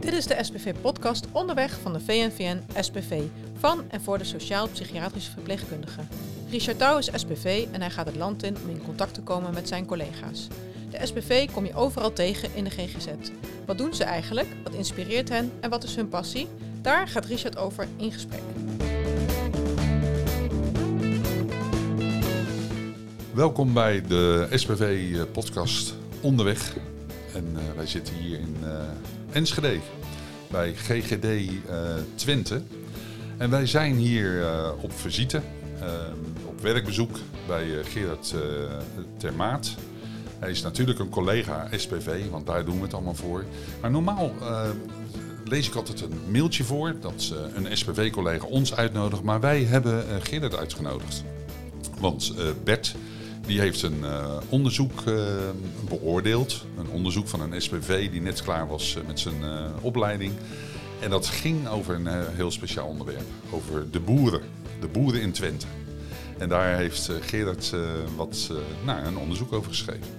Dit is de SPV-podcast Onderweg van de VNVN-SPV van en voor de sociaal-psychiatrische verpleegkundigen. Richard Touw is SPV en hij gaat het land in om in contact te komen met zijn collega's. De SPV kom je overal tegen in de GGZ. Wat doen ze eigenlijk? Wat inspireert hen en wat is hun passie? Daar gaat Richard over in gesprek. Welkom bij de SPV-podcast Onderweg. En wij zitten hier in Enschede bij GGD Twente. En wij zijn hier op visite, op werkbezoek bij Gerard Termaat. Hij is natuurlijk een collega SPV, want daar doen we het allemaal voor. Maar normaal lees ik altijd een mailtje voor dat een SPV-collega ons uitnodigt. Maar wij hebben Gerard uitgenodigd. Want Bert die heeft een onderzoek beoordeeld. Een onderzoek van een SPV die net klaar was met zijn opleiding. En dat ging over een heel speciaal onderwerp. Over de boeren in Twente. En daar heeft Gerard een onderzoek over geschreven.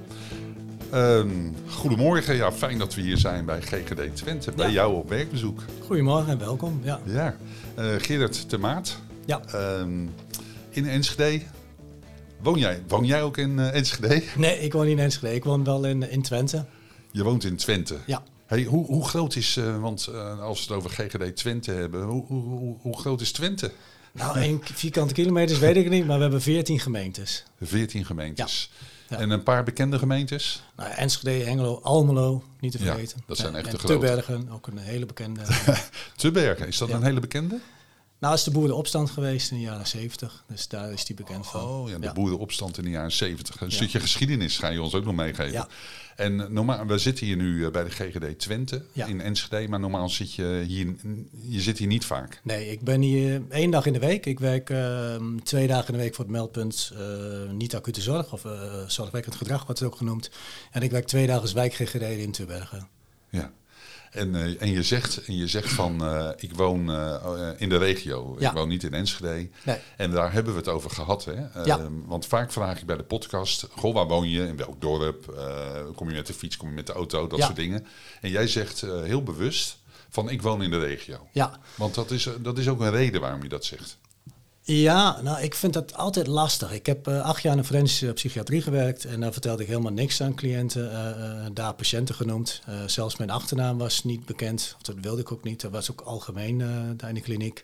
Goedemorgen, ja, fijn dat we hier zijn bij GGD Twente, bij jou op werkbezoek. Goedemorgen en welkom. Ja. Gerard Termaat, ja. In Enschede. Woon jij ook in Enschede? Nee, ik woon niet in Enschede, ik woon wel in Twente. Je woont in Twente? Ja. Hey, hoe groot is, want als we het over GGD Twente hebben, hoe groot is Twente? Nou, 1 vierkante kilometers weet ik niet, maar we hebben 14 gemeentes. 14 gemeentes. Ja. En een paar bekende gemeentes? Nou, Enschede, Hengelo, Almelo, niet te vergeten. Ja, dat zijn echt de grote. grote. Tubbergen, ook een hele bekende. Tubbergen, is dat een hele bekende? Nou, is de boerenopstand geweest in de jaren 70, dus daar is die bekend van. Oh ja, de boerenopstand in de jaren 70. Een Ja. stukje geschiedenis ga je ons ook nog meegeven. Ja. En normaal, we zitten hier nu bij de GGD Twente in Enschede, maar normaal zit je zit hier niet vaak. Nee, ik ben hier 1 dag in de week. Ik werk 2 dagen in de week voor het meldpunt niet-acute zorg, of zorgwekkend gedrag wordt het ook genoemd. En ik werk 2 dagen als wijk-GGD in Tubbergen. Ja. En je zegt van, ik woon in de regio. Ja. Ik woon niet in Enschede. Nee. En daar hebben we het over gehad. Hè? Want vaak vraag ik bij de podcast, goh, waar woon je? In welk dorp? Kom je met de fiets? Kom je met de auto? Dat soort dingen. En jij zegt heel bewust van, ik woon in de regio. Ja. Want dat is ook een reden waarom je dat zegt. Ja, nou, ik vind dat altijd lastig. Ik heb 8 jaar in de forensische psychiatrie gewerkt en daar vertelde ik helemaal niks aan cliënten. Daar patiënten genoemd. Zelfs mijn achternaam was niet bekend, of dat wilde ik ook niet. Dat was ook algemeen daar in de kliniek.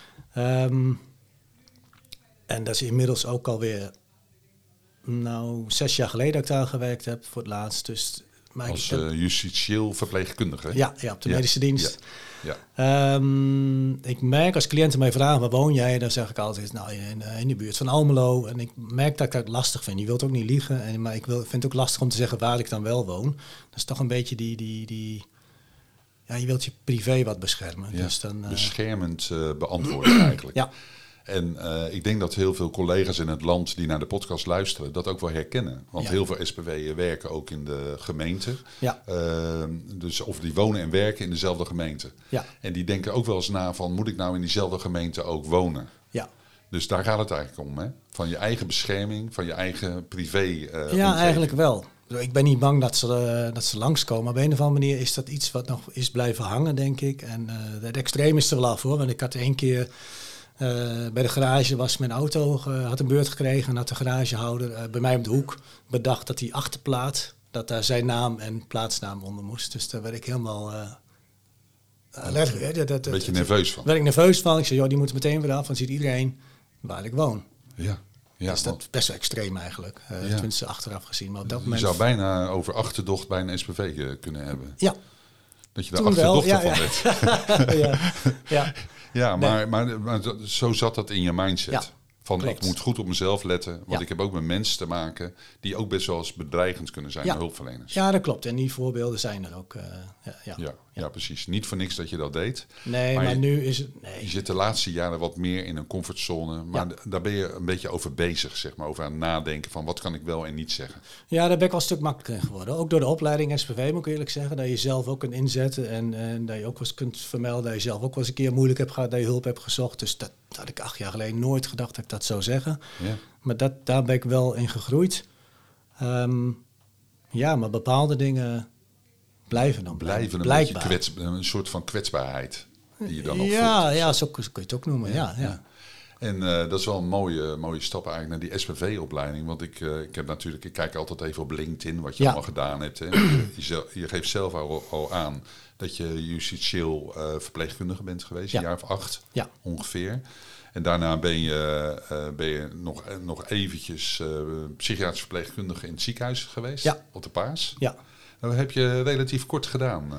En dat is inmiddels ook alweer 6 jaar geleden dat ik daar gewerkt heb voor het laatst. Dus, maar als justitieel verpleegkundige? Ja, op de medische dienst. Ja. Ik merk als cliënten mij vragen, waar woon jij? Dan zeg ik altijd, in de buurt van Almelo. En ik merk dat ik dat lastig vind. Je wilt ook niet liegen, maar ik vind het ook lastig om te zeggen waar ik dan wel woon. Dat is toch een beetje je wilt je privé wat beschermen. Ja, dus dan, beschermend beantwoorden eigenlijk. Ja. En ik denk dat heel veel collega's in het land die naar de podcast luisteren dat ook wel herkennen. Want heel veel SPW'en werken ook in de gemeente. Ja. Dus of die wonen en werken in dezelfde gemeente. Ja. En die denken ook wel eens na van, moet ik nou in diezelfde gemeente ook wonen? Ja. Dus daar gaat het eigenlijk om, hè? Van je eigen bescherming, van je eigen privé ja, eigenlijk wel. Ik ben niet bang dat ze langskomen. Maar op een of andere manier is dat iets wat nog is blijven hangen, denk ik. En het extreem is er wel af, hoor. Want ik had 1 keer... bij de garage was mijn auto, had een beurt gekregen en had de garagehouder bij mij op de hoek bedacht dat die achterplaat, dat daar zijn naam en plaatsnaam onder moest. Dus daar werd ik helemaal een beetje nerveus van. Werd ik nerveus van. Ik zei, joh, die moet meteen weer af, want ziet iedereen waar ik woon. Ja. Ja, dus dat is best wel extreem eigenlijk, tenminste achteraf gezien. Maar op dat moment... Je zou bijna over achterdocht bij een SPV kunnen hebben. Ja. Dat je daar achterdochter van werd. Ja, maar zo zat dat in je mindset. Ja, van klopt. Ik moet goed op mezelf letten. Want ik heb ook met mensen te maken die ook best wel eens bedreigend kunnen zijn, hulpverleners. Ja, dat klopt. En die voorbeelden zijn er ook. Ja, precies. Niet voor niks dat je dat deed. Nee, maar nu is het... Nee. Je zit de laatste jaren wat meer in een comfortzone. Maar daar ben je een beetje over bezig, zeg maar. Over aan het nadenken van wat kan ik wel en niet zeggen. Ja, daar ben ik wel een stuk makkelijker in geworden. Ook door de opleiding SPV, moet ik eerlijk zeggen. Dat je zelf ook kunt inzetten. En dat je ook wel eens kunt vermelden dat je zelf ook wel eens een keer moeilijk hebt gehad. Dat je hulp hebt gezocht. Dus dat had ik 8 jaar geleden nooit gedacht dat ik dat zou zeggen. Ja. Maar daar ben ik wel in gegroeid. Maar bepaalde dingen Blijven dan Blijven blijkbaar. een beetje een soort van kwetsbaarheid die je dan nog voelt. Ja, zo kun je het ook noemen. Ja. En dat is wel een mooie stap eigenlijk naar die SPV-opleiding. Want ik kijk altijd even op LinkedIn wat je allemaal gedaan hebt. Hè. Je geeft zelf al aan dat je justitieel verpleegkundige bent geweest, een jaar of 8 ongeveer. En daarna ben je nog eventjes psychiatrisch verpleegkundige in het ziekenhuis geweest, op de Paas. Ja. Dat heb je relatief kort gedaan.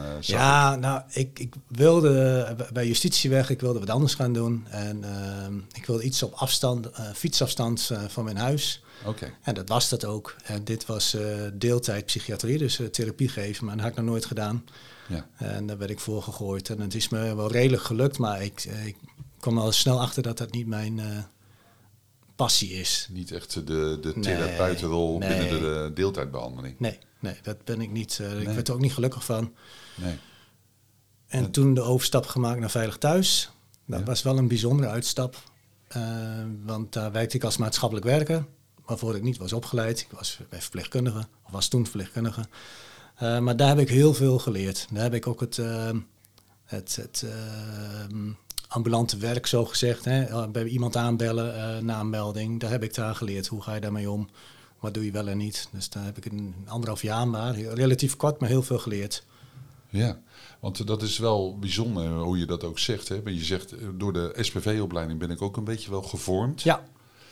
Ik wilde bij justitie weg. Ik wilde wat anders gaan doen. En ik wilde iets op afstand, fietsafstand van mijn huis. Okay. En dat was dat ook. En dit was deeltijd psychiatrie, dus therapie geven. Maar dat had ik nog nooit gedaan. Ja. En daar werd ik voor gegooid. En het is me wel redelijk gelukt. Maar ik kwam al snel achter dat dat niet mijn passie is. Niet echt de therapeutenrol binnen de deeltijdbehandeling. Nee, dat ben ik niet. Ik werd er ook niet gelukkig van. Nee. En toen de overstap gemaakt naar Veilig Thuis. Dat was wel een bijzondere uitstap. Want daar werkte ik als maatschappelijk werker. Waarvoor ik niet was opgeleid. Ik was bij verpleegkundige. Of was toen verpleegkundige. Maar daar heb ik heel veel geleerd. Daar heb ik ook het ambulante werk, zo gezegd. Bij iemand aanbellen na een melding. Daar heb ik daar geleerd. Hoe ga je daarmee om? Wat doe je wel en niet? Dus daar heb ik een 1,5 jaar maar relatief kort, maar heel veel geleerd. Ja, want dat is wel bijzonder hoe je dat ook zegt. Hè? Je zegt, door de SPV-opleiding ben ik ook een beetje wel gevormd. Ja.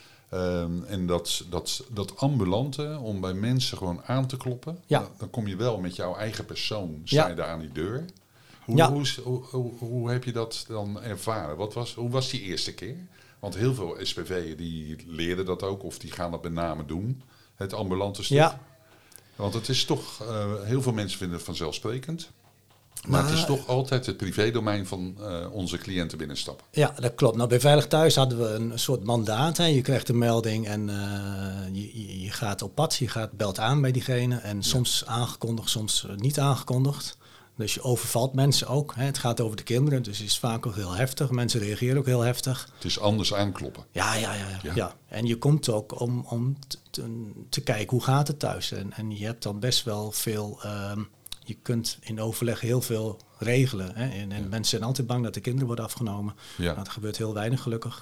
En dat ambulante, om bij mensen gewoon aan te kloppen. Ja. Dan kom je wel met jouw eigen persoon, sta je daar aan die deur. Hoe heb je dat dan ervaren? Hoe was die eerste keer? Want heel veel SPV'en die leren dat ook, of die gaan dat met name doen. Het ambulante stuk. Ja. Want het is toch, heel veel mensen vinden het vanzelfsprekend. Maar het is toch altijd het privédomein van onze cliënten binnenstappen. Ja, dat klopt. Nou, bij Veilig Thuis hadden we een soort mandaat. Hè. Je krijgt een melding en je gaat op pad. Je belt aan bij diegene. En soms aangekondigd, soms niet aangekondigd. Dus je overvalt mensen ook. Hè. Het gaat over de kinderen, dus het is vaak ook heel heftig. Mensen reageren ook heel heftig. Het is anders aankloppen. Ja. En je komt ook om te kijken hoe gaat het thuis. En je hebt dan best wel veel... je kunt in overleg heel veel regelen. Hè. En mensen zijn altijd bang dat de kinderen worden afgenomen. Ja. Nou, dat gebeurt heel weinig gelukkig.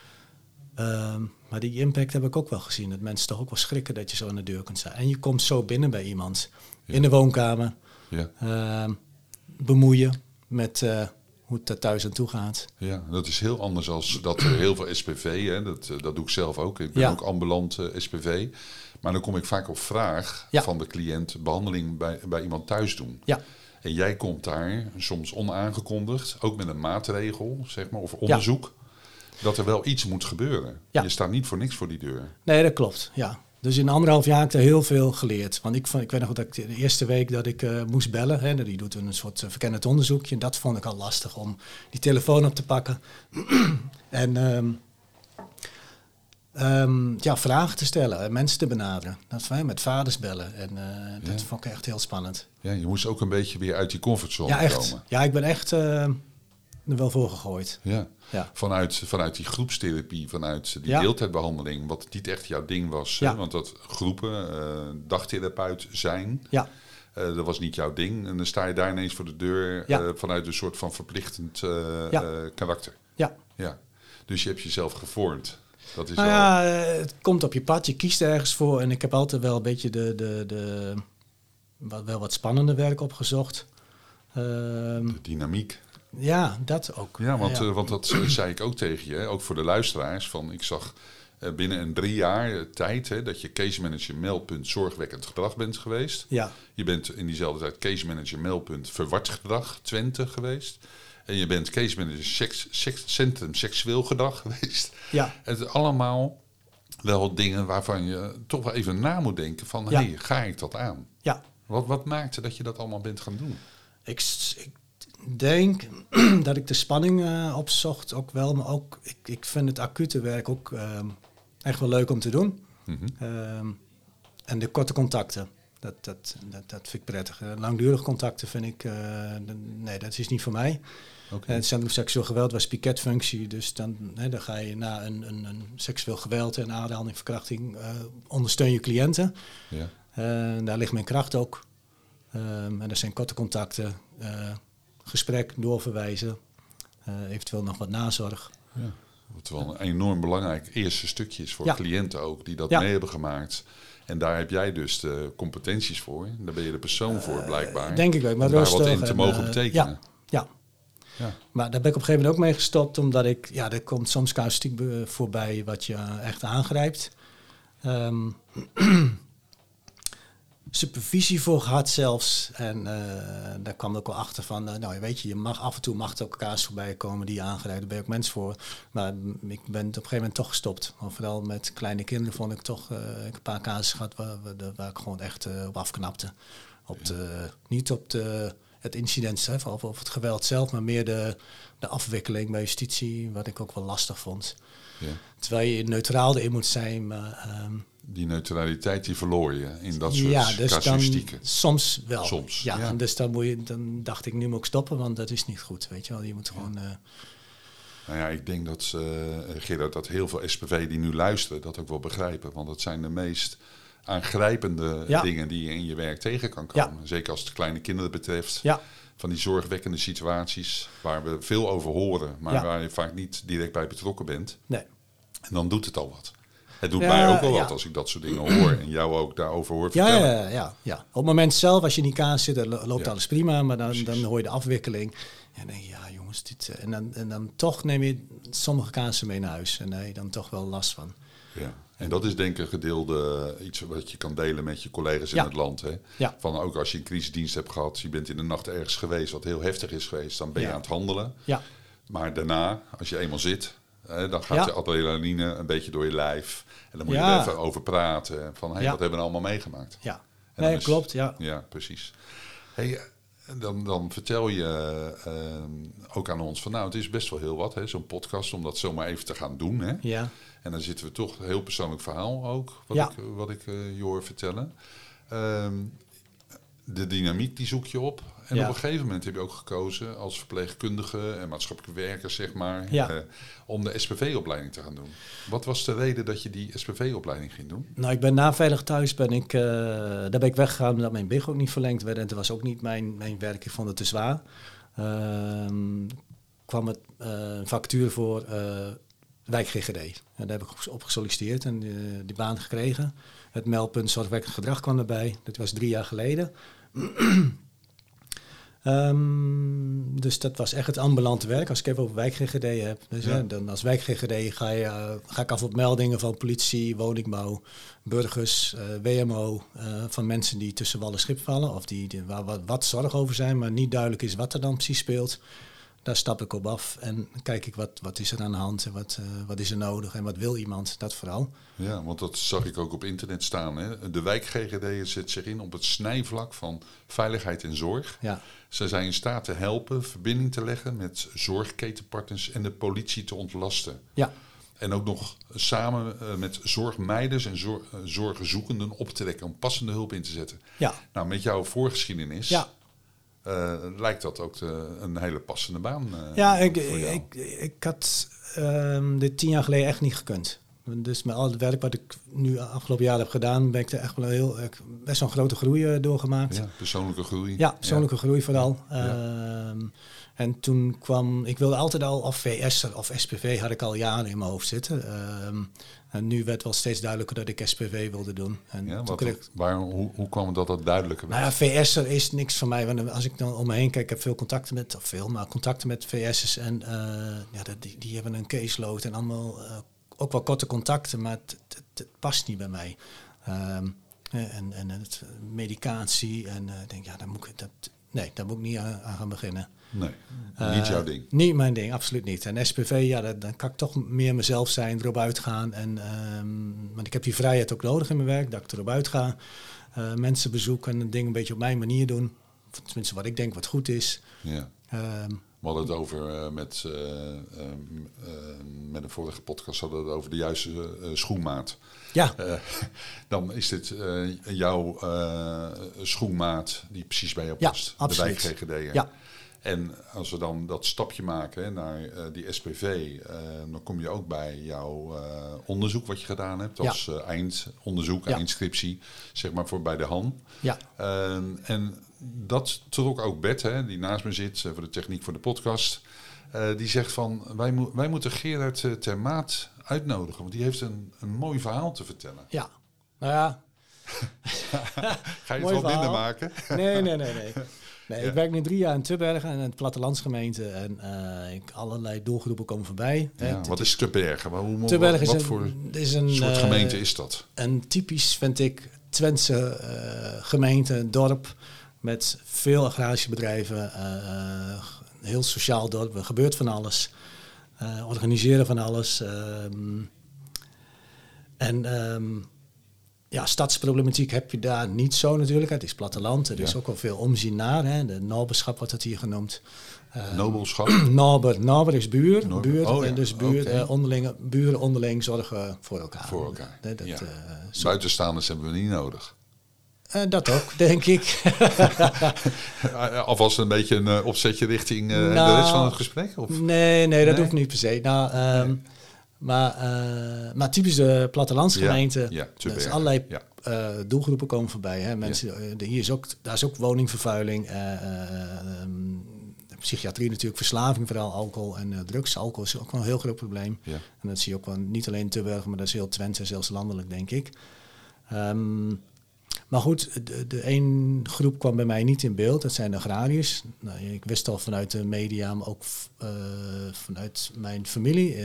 Maar die impact heb ik ook wel gezien. Dat mensen toch ook wel schrikken dat je zo aan de deur kunt staan. En je komt zo binnen bij iemand. In de woonkamer. Ja. Bemoeien met hoe het er thuis aan toe gaat. Ja, dat is heel anders als dat heel veel SPV, hè, dat doe ik zelf ook. Ik ben ook ambulant SPV. Maar dan kom ik vaak op vraag van de cliënt behandeling bij iemand thuis doen. Ja. En jij komt daar soms onaangekondigd, ook met een maatregel, zeg maar, of onderzoek, dat er wel iets moet gebeuren. Ja. Je staat niet voor niks voor die deur. Nee, dat klopt, ja. Dus in 1,5 jaar heb ik er heel veel geleerd. Want ik weet nog dat ik de eerste week dat ik moest bellen, hè, die doet een soort verkennend onderzoekje. En dat vond ik al lastig om die telefoon op te pakken. En vragen te stellen en mensen te benaderen. Met vaders bellen. En dat vond ik echt heel spannend. Ja, je moest ook een beetje weer uit die comfortzone komen. Ja, ik ben echt er wel voor gegooid. Ja. Ja. Vanuit die groepstherapie, vanuit die deeltijdbehandeling, wat niet echt jouw ding was. Ja. Want dat groepen, dagtherapeut zijn, dat was niet jouw ding. En dan sta je daar ineens voor de deur vanuit een soort van verplichtend karakter. Ja. Dus je hebt jezelf gevormd. Dat is het komt op je pad, je kiest ergens voor. En ik heb altijd wel een beetje wel wat spannender werk opgezocht. De dynamiek. Ja, dat ook. Ja, want dat zei ik ook tegen je, hè, ook voor de luisteraars. Ik zag binnen een 3 jaar tijd dat je case manager meldpunt zorgwekkend gedrag bent geweest. Ja. Je bent in diezelfde tijd case manager meldpunt verward gedrag Twente geweest. En je bent case manager centrum seksueel gedrag geweest. Ja. Het is allemaal wel dingen waarvan je toch wel even na moet denken van, ga ik dat aan? Ja. Wat maakte dat je dat allemaal bent gaan doen? Ik denk dat ik de spanning opzocht ook wel, maar ook ik vind het acute werk ook echt wel leuk om te doen. Mm-hmm. En de korte contacten, dat vind ik prettig. Langdurige contacten vind ik, nee, dat is niet voor mij. Okay. Het centrum seksueel geweld was piketfunctie, dus dan ga je na een seksueel geweld en aanranding, verkrachting, ondersteun je cliënten. Ja. Daar ligt mijn kracht ook. En dat zijn korte contacten, gesprek, doorverwijzen, eventueel nog wat nazorg. Ja. Wat wel een enorm belangrijk eerste stukje is voor cliënten ook, die dat mee hebben gemaakt. En daar heb jij dus de competenties voor. Daar ben je de persoon voor, blijkbaar. Denk ik ook. Maar om daar wat in te mogen betekenen. Ja. Maar daar ben ik op een gegeven moment ook mee gestopt, omdat er komt soms casuïstiek voorbij wat je echt aangrijpt. Supervisie voor gehad zelfs. En daar kwam ik ook wel achter van, weet je mag af en toe ook kaas voorbij komen die je aangrijpt. Daar ben je ook mens voor. Maar ik ben op een gegeven moment toch gestopt. Maar vooral met kleine kinderen vond ik toch een paar casussen gehad waar ik gewoon echt op afknapte. Niet op het incident of het geweld zelf, maar meer de afwikkeling bij justitie, wat ik ook wel lastig vond. Ja. Terwijl je neutraal erin moet zijn, maar... die neutraliteit die verloor je in dat soort dus casuïstieken. Soms wel. Soms. Ja. En dus dan dacht ik, nu moet ik stoppen, want dat is niet goed. Weet je wel, je moet gewoon... Nou ja, ik denk dat, Gerard, dat heel veel SPV die nu luisteren dat ook wel begrijpen. Want het zijn de meest aangrijpende dingen die je in je werk tegen kan komen. Ja. Zeker als het kleine kinderen betreft. Ja. Van die zorgwekkende situaties waar we veel over horen, maar waar je vaak niet direct bij betrokken bent. Nee. En dan doet het al wat. Het doet mij ook wel wat als ik dat soort dingen hoor en jou ook daarover hoor vertellen. Ja. Op het moment zelf, als je in die kaas zit, dan loopt alles prima, maar dan hoor je de afwikkeling. En dan denk je, jongens, dit... En dan toch neem je sommige kazen mee naar huis en daar heb je dan toch wel last van. Ja. En dat is denk ik een gedeelde iets wat je kan delen met je collega's in het land. Hè? Ja. Van ook als je een crisisdienst hebt gehad, je bent in de nacht ergens geweest wat heel heftig is geweest, dan ben je aan het handelen. Ja. Maar daarna, als je eenmaal zit, dan gaat de adrenaline een beetje door je lijf. En dan moet je er even over praten. Van wat hebben we allemaal meegemaakt? Ja, nee, klopt. Ja, precies. Hey, dan vertel je ook aan ons van het is best wel heel wat, zo'n podcast, om dat zomaar even te gaan doen. Hè? Ja. En dan zitten we toch een heel persoonlijk verhaal ook, wat ik je hoor vertellen. De dynamiek die zoek je op. En op een gegeven moment heb je ook gekozen als verpleegkundige en maatschappelijk werker, zeg maar, om de SPV-opleiding te gaan doen. Wat was de reden dat je die SPV-opleiding ging doen? Nou, ik ben na Veilig Thuis daar ben ik weggegaan omdat mijn BIG ook niet verlengd werd. En het was ook niet mijn werk, ik vond het te zwaar. Kwam het een vacature voor wijk GGD. En daar heb ik op gesolliciteerd en die baan gekregen. Het meldpunt zorgwekkend gedrag kwam erbij. Dat was 3 jaar geleden. Dus dat was echt het ambulante werk. Als ik even over wijk GGD heb. Dus dan als wijk GGD ga ik af op meldingen van politie, woningbouw, burgers, WMO. Van mensen die tussen wal en schip vallen. Of waar wat zorg over zijn, maar niet duidelijk is wat er dan precies speelt. Daar stap ik op af en kijk ik wat is er aan de hand en wat is er nodig en wat wil iemand, dat vooral. Ja, want dat zag ik ook op internet staan. Hè? De wijk GGD zet zich in op het snijvlak van veiligheid en zorg. Ja. Ze zijn in staat te helpen, verbinding te leggen met zorgketenpartners en de politie te ontlasten. Ja. En ook nog samen met zorgmeiders en zorgzoekenden optrekken om passende hulp in te zetten. Ja. Nou, met jouw voorgeschiedenis... Ja. Lijkt dat ook een hele passende baan? Ik had dit 10 jaar geleden echt niet gekund. Dus met al het werk wat ik nu afgelopen jaar heb gedaan, ben ik er echt wel best wel een grote groei doorgemaakt. Ja, persoonlijke groei. Ja, persoonlijke groei vooral. En toen ik wilde altijd al, of VS of SPV had ik al jaren in mijn hoofd zitten. En nu werd wel steeds duidelijker dat ik SPV wilde doen. En hoe kwam het dat duidelijker werd? Nou ja, VS'er is niks van mij. Want als ik dan om me heen kijk, ik heb veel contacten met VS'ers. En die hebben een caseload en allemaal ook wel korte contacten, maar het past niet bij mij. En het medicatie en ik denk, daar moet ik niet aan gaan beginnen. Nee, niet jouw ding. Niet mijn ding, absoluut niet. En SPV, dan kan ik toch meer mezelf zijn, erop uitgaan. Want ik heb die vrijheid ook nodig in mijn werk, dat ik erop uitga. Mensen bezoeken en dingen een beetje op mijn manier doen. Tenminste, wat ik denk wat goed is. Ja. We hadden het over met een vorige podcast hadden we het over de juiste schoenmaat. Ja. Dan is dit jouw schoenmaat die precies bij jou past. Ja, absoluut. De wijk GGD. Ja. En als we dan dat stapje maken naar die SPV, dan kom je ook bij jouw onderzoek wat je gedaan hebt als eindonderzoek, eindscriptie, zeg maar bij de HAN. Ja. En dat trok ook Bert, hè, die naast me zit voor de techniek voor de podcast. Die zegt van, wij moeten Gerard ter Maat uitnodigen. Want die heeft een mooi verhaal te vertellen. Ja, nou ja. Ga je het wel minder maken? Nee. Nee, Ja. Ik werk nu 3 jaar in Tubbergen en het plattelandsgemeente. En allerlei doelgroepen komen voorbij. Ja, wat is Tubbergen? Tubbergen Wat is een soort gemeente is dat? Een typisch, vind ik, Twentse gemeente, dorp. Met veel agrarische bedrijven. Heel sociaal dorp. Er gebeurt van alles. Organiseren van alles. Stadsproblematiek heb je daar niet zo natuurlijk. Het is platteland. Er is ook wel veel omzien naar. Hè. De naberschap wordt het hier genoemd. Nobelschap? Naber is buur. Nober. Buur. Oh, ja. En dus buren onderling zorgen voor elkaar. Voor elkaar. Dat, Buitenstaanders hebben we niet nodig. Dat ook, denk ik. Alvast een beetje een opzetje richting de rest van het gesprek? Of? Nee, dat hoeft niet per se. Maar typisch de plattelandsgemeente. Ja, dat is allerlei doelgroepen komen voorbij. Hè. Mensen, daar is ook woningvervuiling. Psychiatrie natuurlijk, verslaving, vooral alcohol en drugs. Alcohol is ook wel een heel groot probleem. Ja. En dat zie je ook wel niet alleen in Tubbergen, maar dat is heel Twente, zelfs landelijk, denk ik. Maar goed, de één groep kwam bij mij niet in beeld. Dat zijn de agrariërs. Nou, ik wist al vanuit de media, maar ook vanuit mijn familie,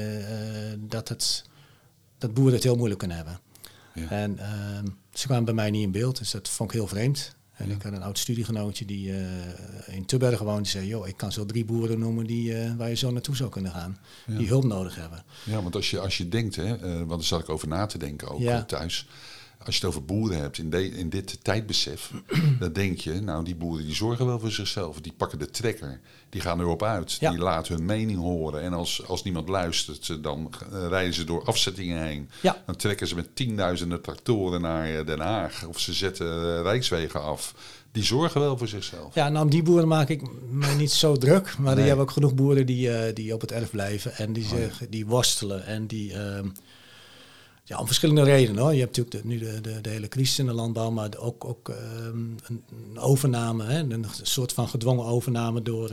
dat boeren het heel moeilijk kunnen hebben. Ja. En ze kwamen bij mij niet in beeld, dus dat vond ik heel vreemd. En ik had een oud studiegenootje die in Tubbergen woonde. Die zei, joh, ik kan zo 3 boeren noemen waar je zo naartoe zou kunnen gaan. Ja. Die hulp nodig hebben. Ja, want als je denkt, want daar zat ik over na te denken ook thuis. Als je het over boeren hebt in dit tijdbesef, dan denk je, nou die boeren die zorgen wel voor zichzelf. Die pakken de trekker, die gaan erop uit, die laten hun mening horen. En als niemand luistert, dan rijden ze door afzettingen heen. Ja. Dan trekken ze met 10.000 tractoren naar Den Haag of ze zetten rijkswegen af. Die zorgen wel voor zichzelf. Ja, nou, die boeren maak ik me niet zo druk. Maar die hebben ook genoeg boeren die op het erf blijven en die worstelen en die... om verschillende redenen hoor. Je hebt natuurlijk nu de hele crisis in de landbouw, maar ook een overname, hè, een soort van gedwongen overname door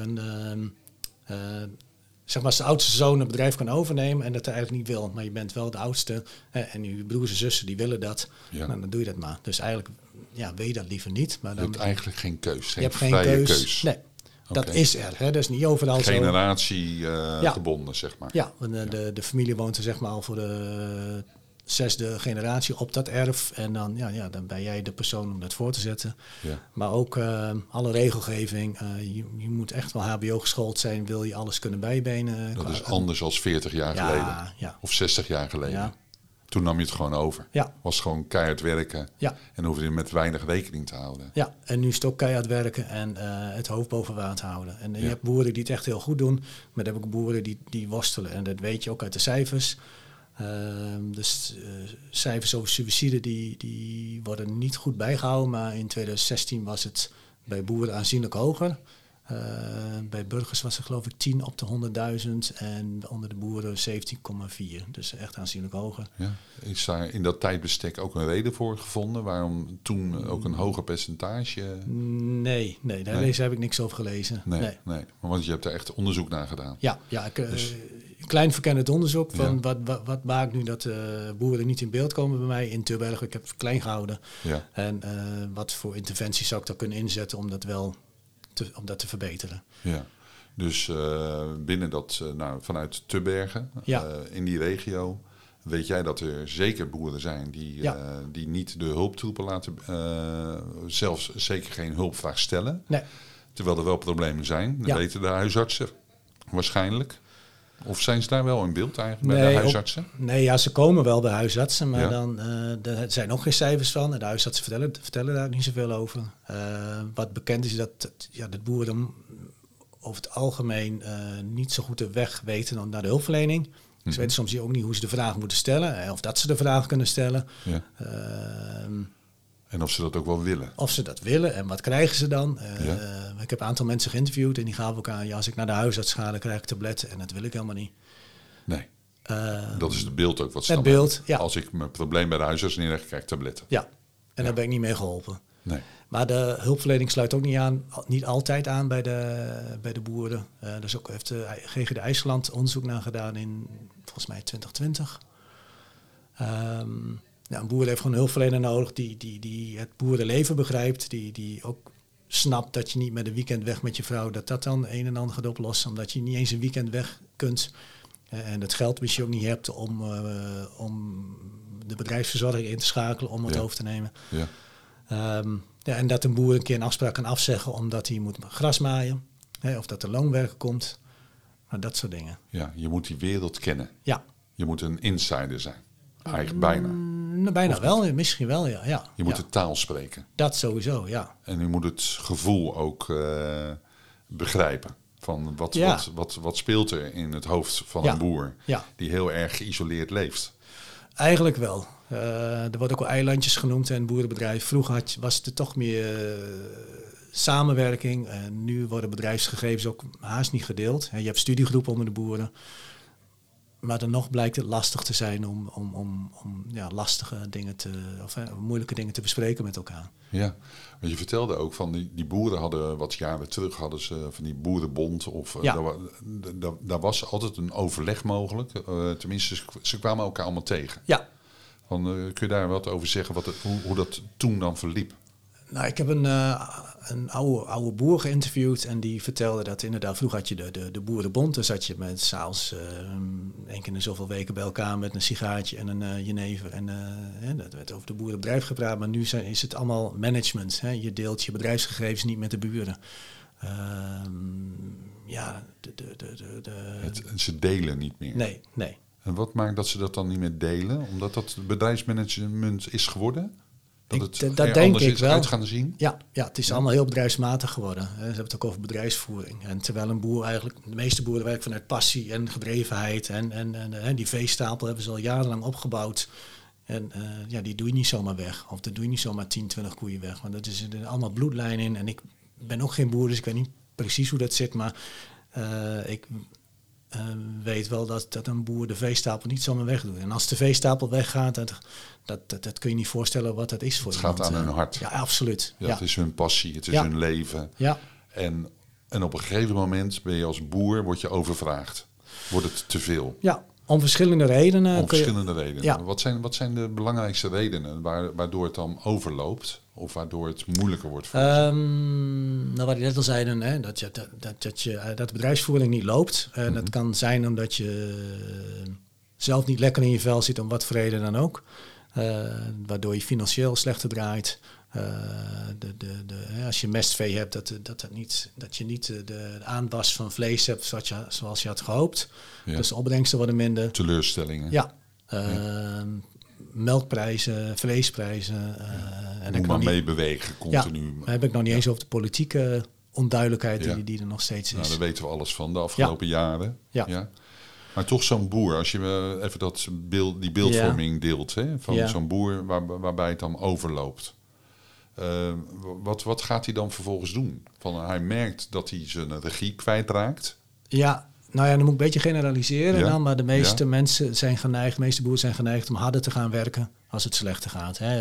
als de oudste zoon een bedrijf kan overnemen en dat hij eigenlijk niet wil, maar je bent wel de oudste en je broers en zussen die willen dat, nou, dan doe je dat maar. Dus eigenlijk wil je dat liever niet. Maar dan, je hebt eigenlijk geen keus, je hebt geen keus. Nee. Dat is er, hè? Dat is niet overal generatie gebonden, zeg maar. Ja, de familie woont er zeg maar al voor de 6e generatie op dat erf. En dan ben jij de persoon om dat voor te zetten. Ja. Maar ook alle regelgeving. Je moet echt wel hbo geschoold zijn. Wil je alles kunnen bijbenen. Dat is anders dan 40 jaar geleden. Ja. Of 60 jaar geleden. Ja. Toen nam je het gewoon over. Ja. Was gewoon keihard werken. Ja. En hoefde je met weinig rekening te houden. Ja, en nu is het ook keihard werken en het hoofd boven water houden. En je hebt boeren die het echt heel goed doen. Maar dan heb ik boeren die worstelen. En dat weet je ook uit de cijfers. Cijfers over suïcide die worden niet goed bijgehouden. Maar in 2016 was het bij boeren aanzienlijk hoger. Bij burgers was het geloof ik 10 op de 100.000 en onder de boeren 17,4. Dus echt aanzienlijk hoger. Ja. Is daar in dat tijdbestek ook een reden voor gevonden? Waarom toen ook een hoger percentage? Nee, daar heb ik niks over gelezen. Nee. Maar want je hebt er echt onderzoek naar gedaan. Ja, klein verkennend onderzoek van wat maakt nu dat boeren niet in beeld komen bij mij in Tubbergen. Ik heb het klein gehouden. Ja. En wat voor interventies zou ik daar kunnen inzetten om dat te verbeteren. Ja, dus binnen dat, vanuit Tubbergen, in die regio, weet jij dat er zeker boeren zijn die niet de hulptroepen laten, zelfs zeker geen hulpvraag stellen. Nee. Terwijl er wel problemen zijn. Dat weten de huisartsen waarschijnlijk. Of zijn ze daar wel in beeld eigenlijk bij de huisartsen? Ze komen wel bij huisartsen, maar er zijn nog geen cijfers van. En de huisartsen vertellen daar niet zoveel over. Wat bekend is dat boeren over het algemeen niet zo goed de weg weten dan naar de hulpverlening. Ze weten soms ook niet hoe ze de vraag moeten stellen. Of dat ze de vraag kunnen stellen. Ja. En of ze dat ook wel willen. Of ze dat willen en wat krijgen ze dan? Ik heb een aantal mensen geïnterviewd en die gaven ook aan... als ik naar de huisarts ga, dan krijg ik tabletten en dat wil ik helemaal niet. Nee, dat is het beeld ook wat ze het beeld, Als ik mijn probleem bij de huisarts neerleg, krijg ik tabletten. Ja, en daar ben ik niet mee geholpen. Nee. Maar de hulpverlening sluit ook niet altijd aan bij de boeren. Dus ook heeft de GGD IJsland onderzoek naar gedaan in volgens mij 2020. Een boer heeft gewoon een hulpverlener nodig die het boerenleven begrijpt. Die ook snapt dat je niet met een weekend weg met je vrouw, dat dan een en ander gaat oplossen. Omdat je niet eens een weekend weg kunt. En het geld misschien ook niet hebt om de bedrijfsverzorging in te schakelen om het over te nemen. Ja. En dat een boer een keer een afspraak kan afzeggen omdat hij moet gras maaien. Of dat er loonwerker komt. Maar dat soort dingen. Ja, je moet die wereld kennen. Ja. Je moet een insider zijn. Eigenlijk bijna. Bijna wel, misschien wel, ja. Je moet de taal spreken. Dat sowieso, ja. En je moet het gevoel ook begrijpen. Van wat speelt er in het hoofd van een boer die heel erg geïsoleerd leeft. Eigenlijk wel. Er wordt ook wel eilandjes genoemd in boerenbedrijf. Vroeger was er toch meer samenwerking. Nu worden bedrijfsgegevens ook haast niet gedeeld. Je hebt studiegroepen onder de boeren. Maar dan nog blijkt het lastig te zijn om lastige dingen moeilijke dingen te bespreken met elkaar. Ja, maar je vertelde ook van die boeren hadden wat jaren terug hadden ze van die boerenbond. Daar was altijd een overleg mogelijk. Tenminste, ze kwamen elkaar allemaal tegen. Ja. Kun je daar wat over zeggen hoe dat toen dan verliep? Nou, ik heb een oude boer geïnterviewd en die vertelde dat inderdaad, vroeger had je de boerenbond. Dan zat je met s'avonds 1 keer in zoveel weken bij elkaar met een sigaartje en een jenever. En dat werd over de boerenbedrijf gepraat, maar nu is het allemaal management. Hè. Je deelt je bedrijfsgegevens niet met de buren. Ze delen niet meer? Nee. En wat maakt dat ze dat dan niet meer delen? Omdat dat bedrijfsmanagement is geworden? Dat denk ik wel. Uit gaan zien? Ja, het is allemaal heel bedrijfsmatig geworden. Ze hebben het ook over bedrijfsvoering. En terwijl een boer eigenlijk, de meeste boeren werken vanuit passie en gedrevenheid. En die veestapel hebben ze al jarenlang opgebouwd. En die doe je niet zomaar weg. Of dat doe je niet zomaar 10, 20 koeien weg. Want dat is er allemaal bloedlijn in. En ik ben ook geen boer, dus ik weet niet precies hoe dat zit. Maar ik weet wel dat een boer de veestapel niet zomaar wegdoet. En als de veestapel weggaat, dat kun je niet voorstellen wat dat is voor iemand. Het gaat aan hun hart. Ja, absoluut. Ja, het is hun passie, het is hun leven. Ja. En op een gegeven moment ben je als boer, word je overvraagd. Wordt het te veel? Ja, om verschillende redenen. Redenen. Ja. Wat zijn de belangrijkste redenen waardoor het dan overloopt? Of waardoor het moeilijker wordt voor wat ik net al zei, dat de bedrijfsvoering niet loopt. Dat kan zijn omdat je zelf niet lekker in je vel zit, om wat voor reden dan ook. Waardoor je financieel slechter draait. Als je mestvee hebt, dat je niet de aanwas van vlees hebt zoals je had gehoopt. Ja. Dus de opbrengsten worden minder. Teleurstellingen. Ja. Melkprijzen, vleesprijzen. Moet maar meebewegen, continu. Ja, daar heb ik nog niet eens over de politieke onduidelijkheid die er nog steeds is. Nou, daar weten we alles van de afgelopen jaren. Ja. Maar toch zo'n boer, als je even die beeldvorming deelt, hè, van zo'n boer waarbij het dan overloopt. Wat gaat hij dan vervolgens doen? Hij merkt dat hij zijn regie kwijtraakt. Ja. Nou ja, dan moet ik een beetje generaliseren dan, maar de meeste mensen zijn geneigd, de meeste boeren zijn geneigd om harder te gaan werken als het slechter gaat. Hè.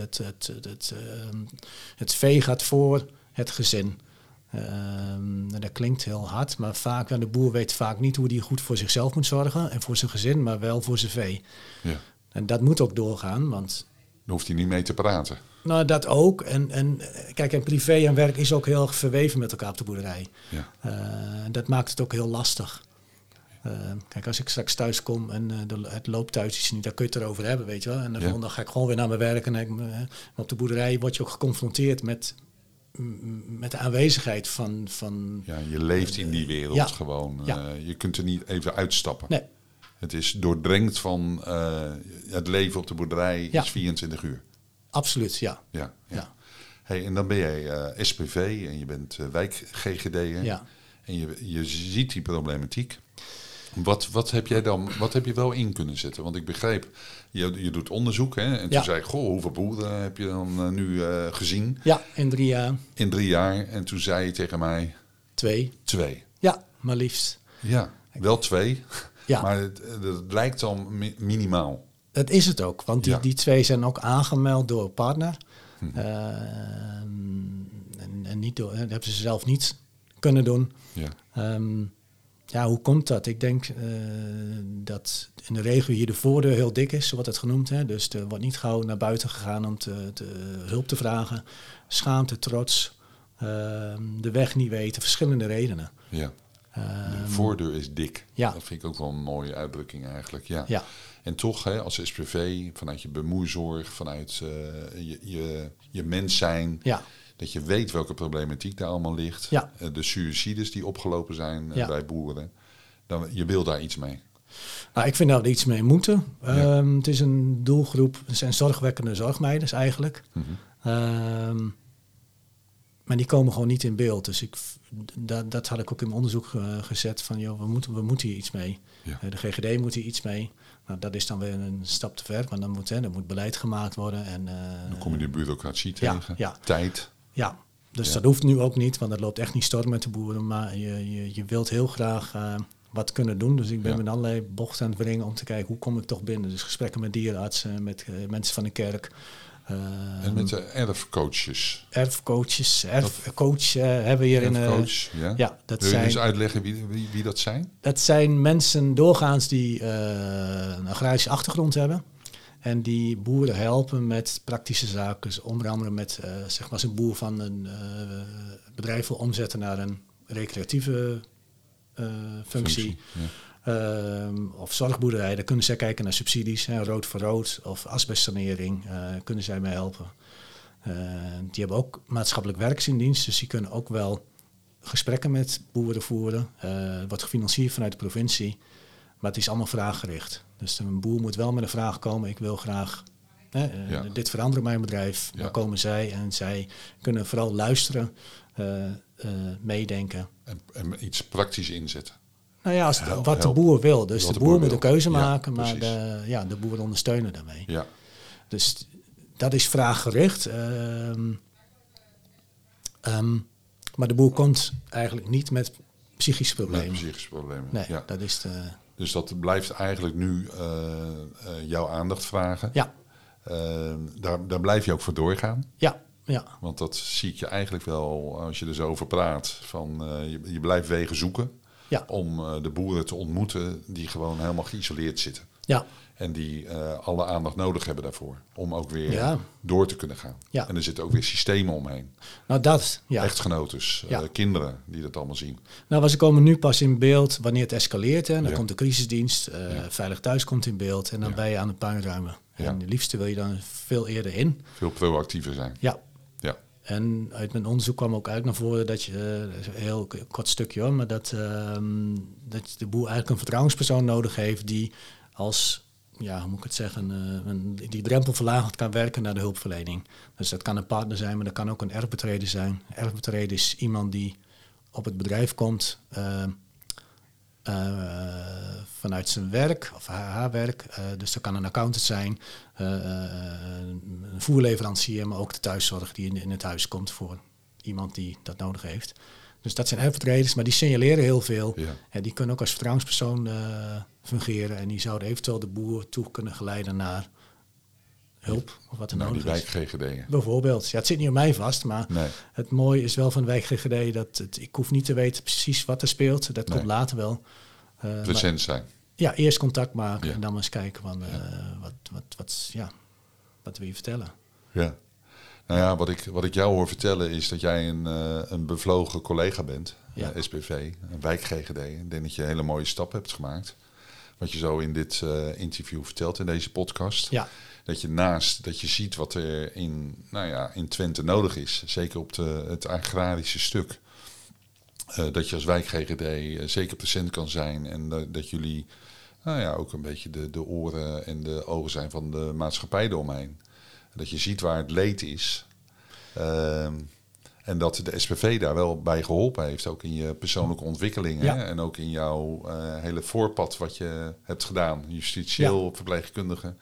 Het vee gaat voor het gezin. Dat klinkt heel hard, maar vaak, de boer weet vaak niet hoe hij goed voor zichzelf moet zorgen en voor zijn gezin, maar wel voor zijn vee. Ja. En dat moet ook doorgaan, want... Dan hoeft hij niet mee te praten. Nou, dat ook. En kijk, en privé en werk is ook heel erg verweven met elkaar op de boerderij. Ja. Dat maakt het ook heel lastig. Kijk, als ik straks thuis kom en het loopt thuis iets niet, dan kun je het erover hebben, weet je wel. En de volgende dag ga ik gewoon weer naar mijn werk. En op de boerderij word je ook geconfronteerd met de aanwezigheid van... Ja, je leeft in die wereld gewoon. Ja. Je kunt er niet even uitstappen. Nee. Het is doordrenkt van het leven op de boerderij is 24 uur. Absoluut, ja. Hey, en dan ben jij SPV en je bent wijk-GGD'er. Ja. En je ziet die problematiek. Wat heb je wel in kunnen zetten? Want ik begreep, je doet onderzoek. Hè? En toen zei ik, hoeveel boeren heb je dan nu gezien? Ja, in 3 jaar. In 3 jaar. En toen zei je tegen mij... 2. Ja, maar liefst. Ja, wel 2. Ja. Maar het lijkt dan minimaal. Dat is het ook, want die 2 zijn ook aangemeld door een partner. en niet door, dat hebben ze zelf niet kunnen doen. Ja. Hoe komt dat? Ik denk dat in de regio hier de voordeur heel dik is, zo wordt het genoemd. Hè? Dus er wordt niet gauw naar buiten gegaan om hulp te vragen. Schaamte, trots, de weg niet weten, verschillende redenen. Ja. De voordeur is dik. Ja. Dat vind ik ook wel een mooie uitdrukking eigenlijk. Ja. Ja. En toch, als SPV, vanuit je bemoeizorg, vanuit je mens zijn, Ja. dat je weet welke problematiek daar allemaal ligt. Ja. De suicides die opgelopen zijn bij boeren. Je wil daar iets mee. Nou, ik vind dat we er iets mee moeten. Het is een doelgroep, het zijn zorgwekkende zorgmeiders eigenlijk. Mm-hmm. Maar die komen gewoon niet in beeld. Dus dat had ik ook in mijn onderzoek gezet. Van, joh, we moeten hier iets mee. Ja. De GGD moet hier iets mee. Nou, dat is dan weer een stap te ver. Maar dan moet beleid gemaakt worden. En, dan kom je de bureaucratie tegen. Ja. Tijd. Ja, dus dat hoeft nu ook niet. Want dat loopt echt niet storm met de boeren. Maar je wilt heel graag wat kunnen doen. Dus ik ben met allerlei bochten aan het wringen om te kijken hoe kom ik toch binnen. Dus gesprekken met dierenartsen, met mensen van de kerk. En met de erfcoaches. Erfcoach hebben we hier in... dat wil je dus uitleggen wie dat zijn? Dat zijn mensen doorgaans die een agrarische achtergrond hebben. En die boeren helpen met praktische zaken. Dus onder andere met, als een boer van een bedrijf wil omzetten naar een recreatieve functie. Of zorgboerderij, daar kunnen zij kijken naar subsidies, rood voor rood of asbestsanering, kunnen zij mee helpen. Die hebben ook maatschappelijk werks in dienst, dus die kunnen ook wel gesprekken met boeren voeren. Het wordt gefinancierd vanuit de provincie, maar het is allemaal vraaggericht. Dus een boer moet wel met een vraag komen, ik wil graag dit veranderen in mijn bedrijf. Dan komen zij en zij kunnen vooral luisteren, meedenken. En iets praktisch inzetten. Nou ja, wat de boer wil. Dus de boer moet een keuze maken, maar de boer ondersteunen daarmee. Ja. Dus dat is vraaggericht. Maar de boer komt eigenlijk niet met psychische problemen. Nee, dat is Dus dat blijft eigenlijk nu jouw aandacht vragen. Ja. Daar blijf je ook voor doorgaan. Ja. Want dat zie ik je eigenlijk wel, als je er zo over praat, van je blijft wegen zoeken. Ja. Om de boeren te ontmoeten die gewoon helemaal geïsoleerd zitten. Ja. En die alle aandacht nodig hebben daarvoor. Om ook weer door te kunnen gaan. Ja. En er zitten ook weer systemen omheen. Nou dat, echtgenotes, kinderen die dat allemaal zien. Nou, ze komen nu pas in beeld wanneer het escaleert. Hè. Dan komt de crisisdienst, Veilig Thuis komt in beeld. En dan ben je aan het puinruimen. Ja. En het liefste wil je dan veel eerder in. Veel proactiever zijn. Ja. En uit mijn onderzoek kwam ook uit naar voren dat je, een heel kort stukje hoor, maar dat de boer eigenlijk een vertrouwenspersoon nodig heeft die als, hoe moet ik het zeggen, die drempelverlagend kan werken naar de hulpverlening. Dus dat kan een partner zijn, maar dat kan ook een erfbetreder zijn. Erfbetreder is iemand die op het bedrijf komt vanuit zijn werk of haar werk. Dus dat kan een accountant zijn, een voerleverancier, maar ook de thuiszorg die in het huis komt voor iemand die dat nodig heeft. Dus dat zijn erfbetreders, maar die signaleren heel veel. Ja. En die kunnen ook als vertrouwenspersoon fungeren en die zouden eventueel de boer toe kunnen geleiden naar hulp of wat er nodig is. Die wijk-GGD'en. Bijvoorbeeld. Ja, het zit niet op mij vast, maar het mooie is wel van de wijk-GGD dat ik hoef niet te weten precies wat er speelt. Dat komt later wel. Present zijn. Ja, eerst contact maken en dan maar eens kijken van wat wil je vertellen. Ja. Nou ja, wat ik jou hoor vertellen is dat jij een bevlogen collega bent, SPV, een wijk-GGD. Ik denk dat je een hele mooie stap hebt gemaakt. Wat je zo in dit interview vertelt, in deze podcast. Ja. Dat je dat je ziet wat er in Twente nodig is, zeker op het agrarische stuk. Dat je als wijk-GGD zeker present kan zijn en dat jullie ook een beetje de oren en de ogen zijn van de maatschappij eromheen. Dat je ziet waar het leed is. En dat de SPV daar wel bij geholpen heeft, ook in je persoonlijke ontwikkelingen. Ja. En ook in jouw hele voorpad wat je hebt gedaan, justitieel, verpleegkundige.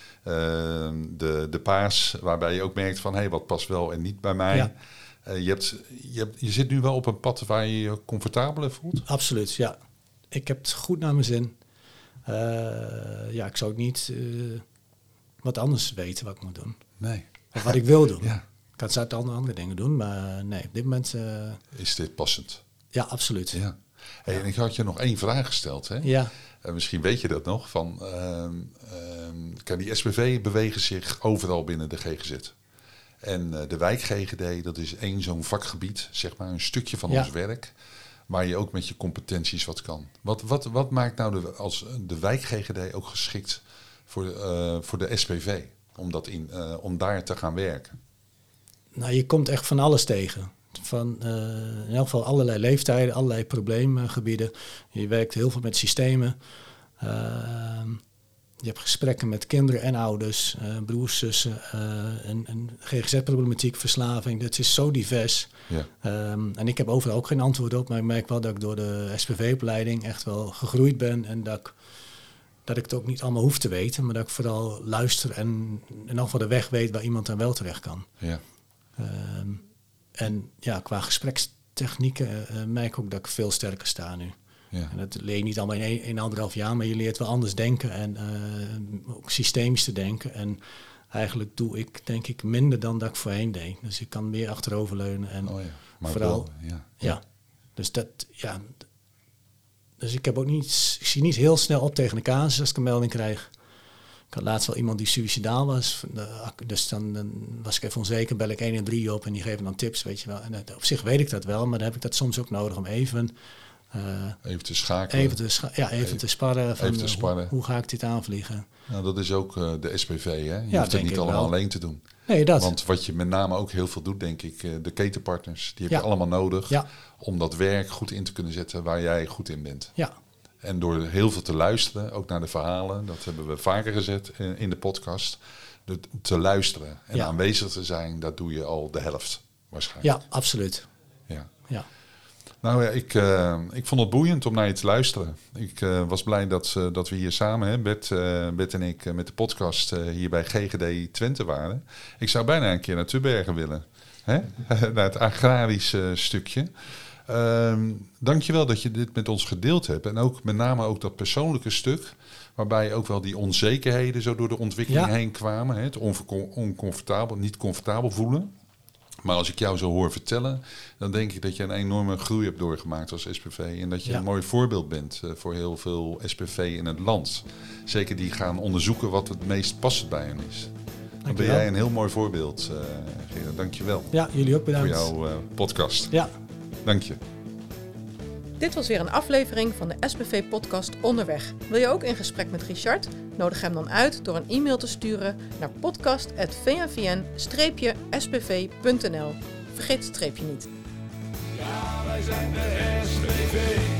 De paas, waarbij je ook merkt van, wat past wel en niet bij mij. Ja. Je zit nu wel op een pad waar je je comfortabeler voelt? Absoluut, ja. Ik heb het goed naar mijn zin. Ik zou niet wat anders weten wat ik moet doen. Nee. Of wat ik wil doen. Ja. Ik had zat andere dingen doen, maar nee, op dit moment... Is dit passend? Ja, absoluut. Ja. Hey, en ik had je nog 1 vraag gesteld. Hè? Ja. Misschien weet je dat nog. Die SPV bewegen zich overal binnen de GGZ. En de wijk GGD, dat is 1 zo'n vakgebied, zeg maar, een stukje van ons werk, waar je ook met je competenties wat kan. Wat maakt nou de wijk GGD ook geschikt voor de SPV, om daar te gaan werken? Nou, je komt echt van alles tegen. Van in elk geval allerlei leeftijden, allerlei probleemgebieden. Je werkt heel veel met systemen. Je hebt gesprekken met kinderen en ouders, broers, zussen, en GGZ-problematiek, verslaving. Dat is zo divers. Ja. En ik heb overal ook geen antwoord op, maar ik merk wel dat ik door de SPV-opleiding echt wel gegroeid ben. En dat ik het ook niet allemaal hoef te weten, maar dat ik vooral luister en in elk geval de weg weet waar iemand dan wel terecht kan. Ja. En ja, qua gesprekstechnieken merk ik ook dat ik veel sterker sta nu. Ja. En dat leer je niet allemaal in 1,5 jaar, maar je leert wel anders denken en ook systemisch te denken. En eigenlijk doe ik, denk ik, minder dan dat ik voorheen deed. Dus ik kan meer achteroverleunen en maar vooral... Ja. Dus dat, ja... Dus ik heb ook niet... Ik zie niet heel snel op tegen de casus als ik een melding krijg. Ik had laatst wel iemand die suïcidaal was. Dus dan was ik even onzeker, bel ik 113 op en die geven dan tips, weet je wel. En op zich weet ik dat wel, maar dan heb ik dat soms ook nodig om even te schakelen. Even te sparren. Van, even te sparren. Hoe ga ik dit aanvliegen? Nou, dat is ook de SPV, hè? Je hoeft het niet allemaal alleen te doen. Nee, dat. Want wat je met name ook heel veel doet, denk ik, de ketenpartners, die heb je allemaal nodig om dat werk goed in te kunnen zetten waar jij goed in bent. Ja. En door heel veel te luisteren, ook naar de verhalen, dat hebben we vaker gezet in de podcast, te luisteren en aanwezig te zijn, dat doe je al de helft waarschijnlijk. Ja, absoluut. Ja. Nou ja, ik vond het boeiend om naar je te luisteren. Ik was blij dat we hier samen, hè, Bert en ik, met de podcast hier bij GGD Twente waren. Ik zou bijna een keer naar Tubbergen willen. Hè? Naar het agrarische stukje. Dankjewel dat je dit met ons gedeeld hebt. En ook met name ook dat persoonlijke stuk, waarbij ook wel die onzekerheden zo door de ontwikkeling heen kwamen. Hè? Het oncomfortabel, niet comfortabel voelen. Maar als ik jou zo hoor vertellen, dan denk ik dat je een enorme groei hebt doorgemaakt als SPV. En dat je een mooi voorbeeld bent voor heel veel SPV in het land. Zeker die gaan onderzoeken wat het meest passend bij hen is. Dan ben jij een heel mooi voorbeeld, Gerard. Dank je wel. Ja, jullie ook bedankt. Voor jouw podcast. Ja. Dank je. Dit was weer een aflevering van de SPV-podcast Onderweg. Wil je ook in gesprek met Richard? Nodig hem dan uit door een e-mail te sturen naar podcast@vnvn-spv.nl. Vergeet het streepje niet. Ja, wij zijn de SPV.